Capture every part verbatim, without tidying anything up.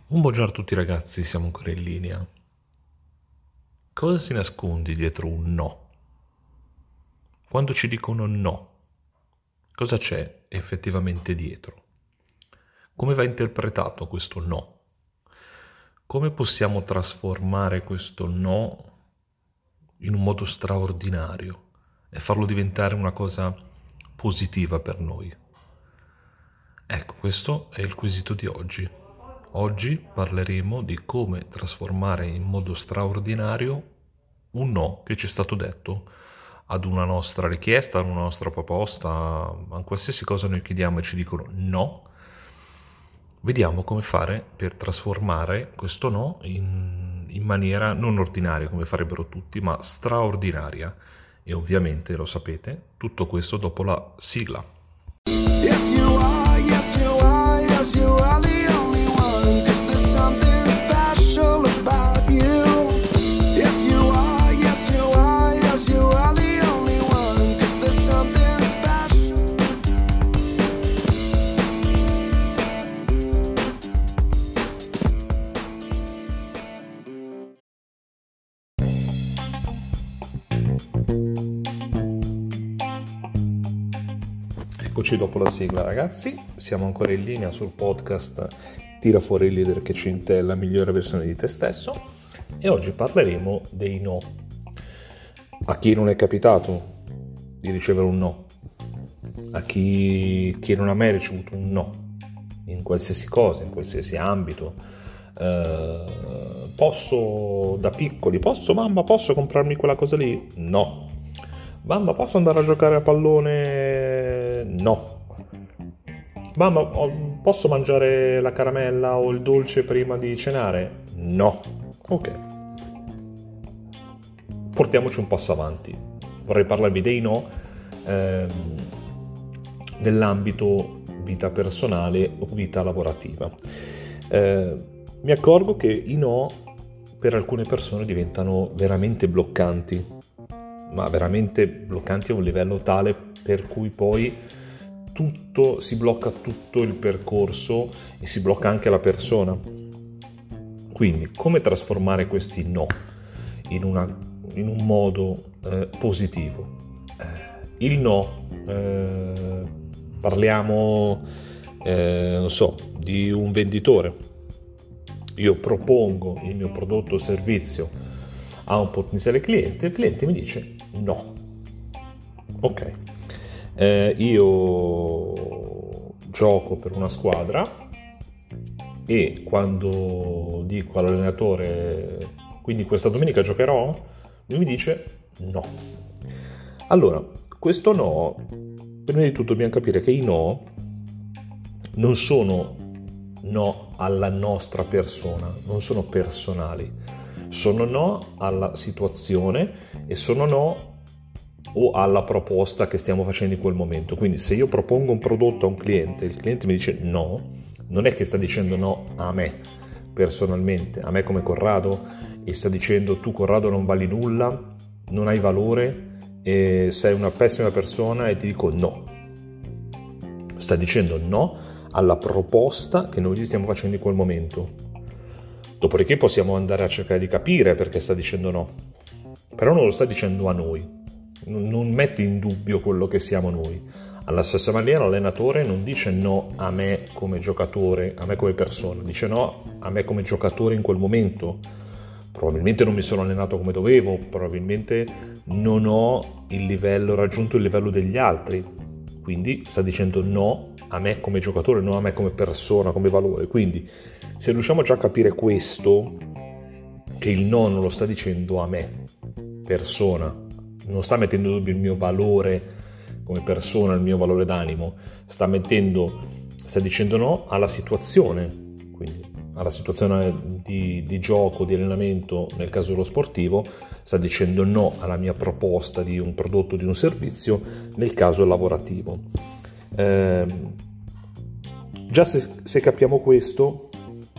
Un buongiorno a tutti ragazzi, siamo ancora in linea. Cosa si nasconde dietro un no? Quando ci dicono no, cosa c'è effettivamente dietro? Come va interpretato questo no? Come possiamo trasformare questo no in un modo straordinario e farlo diventare una cosa positiva per noi? Ecco, questo è il quesito di oggi. Oggi parleremo di come trasformare in modo straordinario un no che ci è stato detto ad una nostra richiesta, ad una nostra proposta, a qualsiasi cosa noi chiediamo e ci dicono no. Vediamo come fare per trasformare questo no in, in maniera non ordinaria, come farebbero tutti, ma straordinaria. E ovviamente, lo sapete, tutto questo dopo la sigla. Yes, you are, yes, you are, yes, you are the only one, 'cause there's something special about you. Yes, you are, yes, you are, yes, you are the only one, 'cause there's something special. Eccoci dopo la sigla ragazzi, siamo ancora in linea sul podcast Tira fuori il leader che ci è la migliore versione di te stesso e oggi parleremo dei no. A chi non è capitato di ricevere un no? A chi, chi non ha mai ricevuto un no in qualsiasi cosa, in qualsiasi ambito? Eh, posso da piccoli, posso mamma, posso comprarmi quella cosa lì? No. Mamma, posso andare a giocare a pallone? No. Mamma, posso mangiare la caramella o il dolce prima di cenare? No. Ok. Portiamoci un passo avanti. Vorrei parlarvi dei no ehm, nell'ambito vita personale o vita lavorativa. Eh, mi accorgo che i no per alcune persone diventano veramente bloccanti. ma veramente bloccanti a un livello tale per cui poi tutto si blocca, tutto il percorso e si blocca anche la persona. Quindi come trasformare questi no in, una, in un modo eh, positivo? Eh, il no, eh, parliamo eh, non so, di un venditore. Io propongo il mio prodotto o servizio a un potenziale cliente, il cliente mi dice no. Ok, eh, io gioco per una squadra e quando dico all'allenatore quindi questa domenica giocherò, lui mi dice no. Allora, questo no, prima di tutto dobbiamo capire che i no non sono no alla nostra persona, non sono personali. Sono no alla situazione e sono no o alla proposta che stiamo facendo in quel momento. Quindi se io propongo un prodotto a un cliente e il cliente mi dice no, non è che sta dicendo no a me personalmente, a me come Corrado, e sta dicendo tu Corrado non vali nulla, non hai valore e sei una pessima persona e ti dico no. Sta dicendo no alla proposta che noi gli stiamo facendo in quel momento. Dopodiché possiamo andare a cercare di capire perché sta dicendo no, però non lo sta dicendo a noi, non mette in dubbio quello che siamo noi. Alla stessa maniera l'allenatore non dice no a me come giocatore, a me come persona, dice no a me come giocatore in quel momento. Probabilmente non mi sono allenato come dovevo, probabilmente non ho il livello, raggiunto il livello degli altri, quindi sta dicendo no a me come giocatore, non a me come persona, come valore. Quindi se riusciamo già a capire questo, che il no non lo sta dicendo a me, persona, non sta mettendo in dubbio il mio valore come persona, il mio valore d'animo, sta mettendo, sta dicendo no alla situazione, quindi alla situazione di, di gioco, di allenamento nel caso dello sportivo, sta dicendo no alla mia proposta di un prodotto, di un servizio nel caso lavorativo. Eh, già se, se capiamo questo,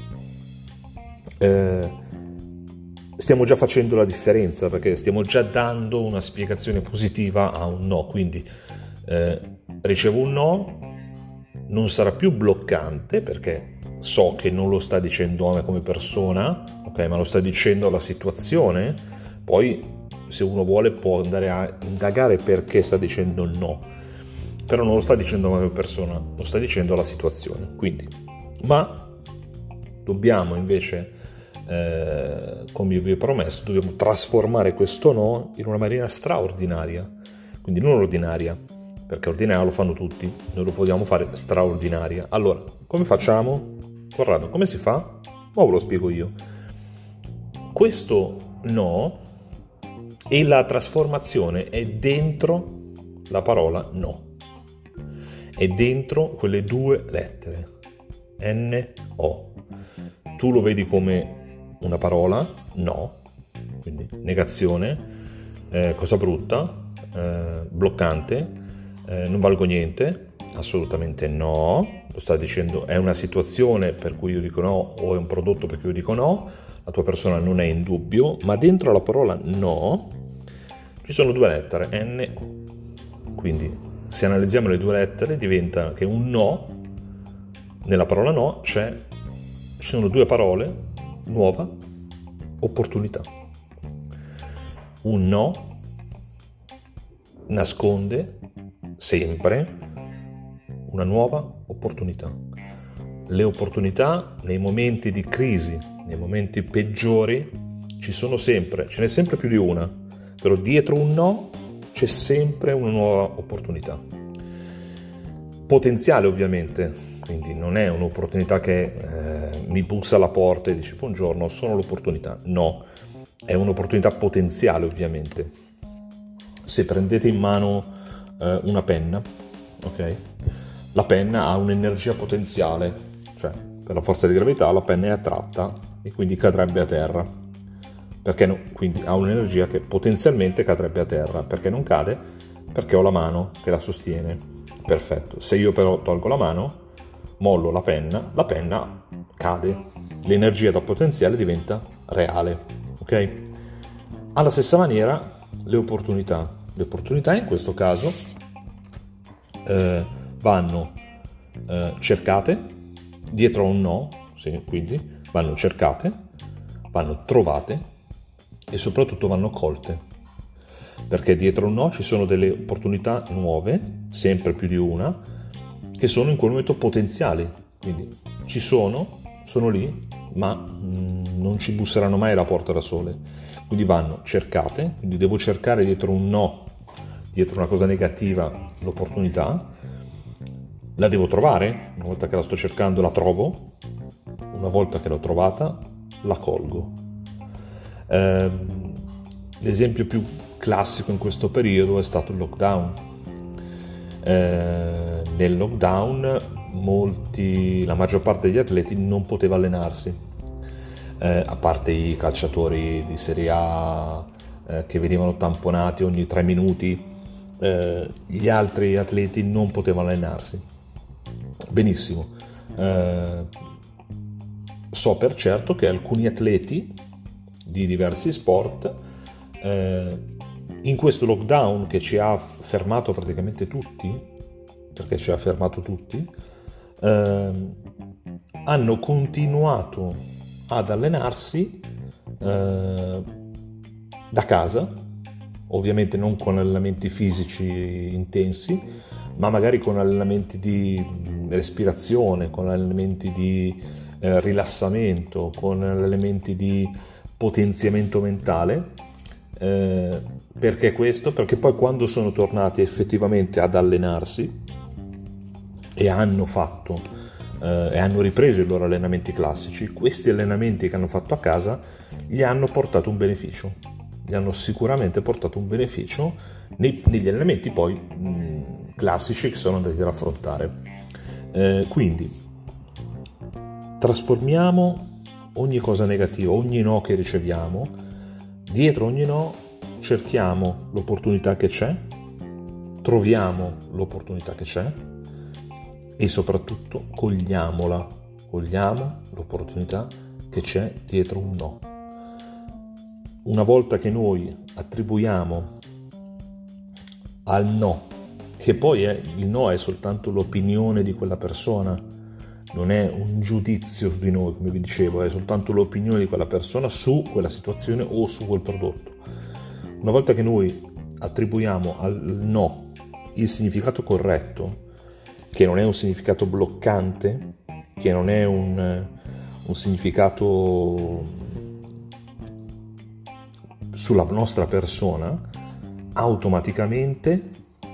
eh, stiamo già facendo la differenza, perché stiamo già dando una spiegazione positiva a un no. Quindi eh, ricevo un no, non sarà più bloccante perché so che non lo sta dicendo a me come persona, ok, ma lo sta dicendo alla situazione, poi se uno vuole può andare a indagare perché sta dicendo no, però non lo sta dicendo a me come persona, lo sta dicendo alla situazione. Quindi, ma dobbiamo invece, eh, come vi ho promesso, dobbiamo trasformare questo no in una maniera straordinaria, quindi non ordinaria, perché ordinaria lo fanno tutti, noi lo vogliamo fare straordinaria. Allora, come facciamo? Corrado, come si fa? Ma ve lo spiego io. Questo no e la trasformazione è dentro la parola no, è dentro quelle due lettere, N O. Tu lo vedi come una parola, no, quindi negazione, eh, cosa brutta, eh, bloccante, eh, non valgo niente, assolutamente no, lo sta dicendo, è una situazione per cui io dico no o è un prodotto per cui io dico no, la tua persona non è in dubbio, ma dentro la parola no ci sono due lettere, N O. Quindi se analizziamo le due lettere diventa che un no, nella parola no c'è, ci sono due parole, nuova, opportunità. Un no nasconde sempre una nuova opportunità. Le opportunità nei momenti di crisi, nei momenti peggiori, ci sono sempre, ce n'è sempre più di una, però dietro un no c'è sempre una nuova opportunità. Potenziale ovviamente, quindi non è un'opportunità che eh, mi bussa alla porta e dice buongiorno, sono l'opportunità. No, è un'opportunità potenziale ovviamente. Se prendete in mano eh, una penna, ok? La penna ha un'energia potenziale, cioè per la forza di gravità la penna è attratta e quindi cadrebbe a terra. Perché no? Quindi ha un'energia che potenzialmente cadrebbe a terra. Perché non cade? Perché ho la mano che la sostiene. Perfetto. Se io però tolgo la mano, mollo la penna, la penna cade. L'energia da potenziale diventa reale. Ok? Alla stessa maniera le opportunità. Le opportunità in questo caso eh, vanno eh, cercate dietro a un no, sì, quindi vanno cercate, vanno trovate e soprattutto vanno colte, perché dietro un no ci sono delle opportunità nuove, sempre più di una, che sono in quel momento potenziali, quindi ci sono, sono lì, ma mh, non ci busseranno mai alla porta da sole, quindi vanno cercate, quindi devo cercare dietro un no, dietro una cosa negativa, l'opportunità, la devo trovare, una volta che la sto cercando la trovo, una volta che l'ho trovata la colgo. Eh, l'esempio più classico in questo periodo è stato il lockdown. Eh, nel lockdown molti, la maggior parte degli atleti non poteva allenarsi, eh, a parte i calciatori di Serie A eh, che venivano tamponati ogni tre minuti, eh, gli altri atleti non potevano allenarsi. Benissimo, eh, so per certo che alcuni atleti di diversi sport eh, in questo lockdown che ci ha fermato praticamente tutti, perché ci ha fermato tutti, eh, hanno continuato ad allenarsi eh, da casa, ovviamente non con allenamenti fisici intensi, ma magari con allenamenti di respirazione, con allenamenti di eh, rilassamento, con allenamenti di potenziamento mentale. Eh, perché questo? Perché poi quando sono tornati effettivamente ad allenarsi e hanno fatto eh, e hanno ripreso i loro allenamenti classici, questi allenamenti che hanno fatto a casa gli hanno portato un beneficio, gli hanno sicuramente portato un beneficio nei, negli allenamenti poi mh, classici che sono andati ad affrontare. Eh, quindi trasformiamo ogni cosa negativa, ogni no che riceviamo, dietro ogni no cerchiamo l'opportunità che c'è, troviamo l'opportunità che c'è e soprattutto cogliamola, cogliamo l'opportunità che c'è dietro un no. Una volta che noi attribuiamo al no, che poi è, il no è soltanto l'opinione di quella persona, non è un giudizio su di noi, come vi dicevo, è soltanto l'opinione di quella persona su quella situazione o su quel prodotto. Una volta che noi attribuiamo al no il significato corretto, che non è un significato bloccante, che non è un, un significato sulla nostra persona, automaticamente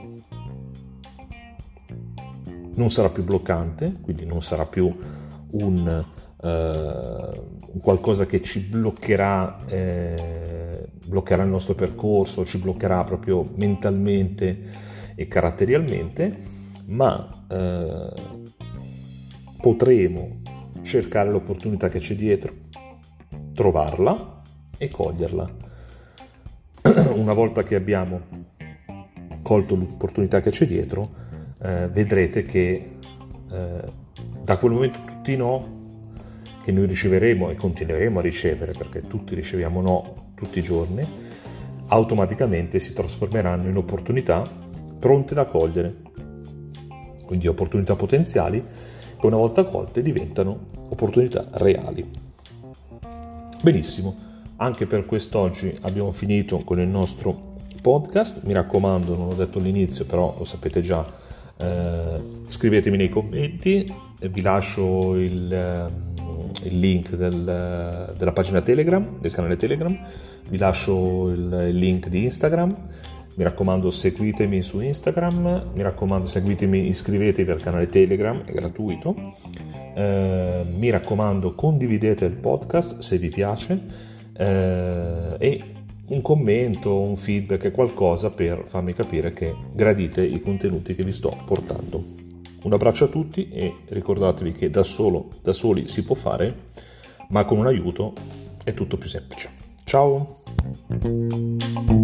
non sarà più bloccante, quindi non sarà più un, eh, qualcosa che ci bloccherà, eh, bloccherà il nostro percorso, ci bloccherà proprio mentalmente e caratterialmente, ma eh, potremo cercare l'opportunità che c'è dietro, trovarla e coglierla. Una volta che abbiamo colto l'opportunità che c'è dietro, eh, vedrete che eh, da quel momento tutti i no che noi riceveremo e continueremo a ricevere, perché tutti riceviamo no tutti i giorni, automaticamente si trasformeranno in opportunità pronte da cogliere, quindi opportunità potenziali che una volta colte diventano opportunità reali. Benissimo, anche per quest'oggi abbiamo finito con il nostro podcast. Mi raccomando, non l'ho detto all'inizio, però lo sapete già, eh, scrivetemi nei commenti, vi lascio il, il link del, della pagina Telegram, del canale Telegram, vi lascio il, il link di Instagram. Mi raccomando, seguitemi su Instagram, mi raccomando, seguitemi, iscrivetevi al canale Telegram, è gratuito. Eh, mi raccomando, condividete il podcast se vi piace, eh, e un commento, un feedback, qualcosa per farmi capire che gradite i contenuti che vi sto portando. Un abbraccio a tutti e ricordatevi che da solo, da soli si può fare, ma con un aiuto è tutto più semplice. Ciao!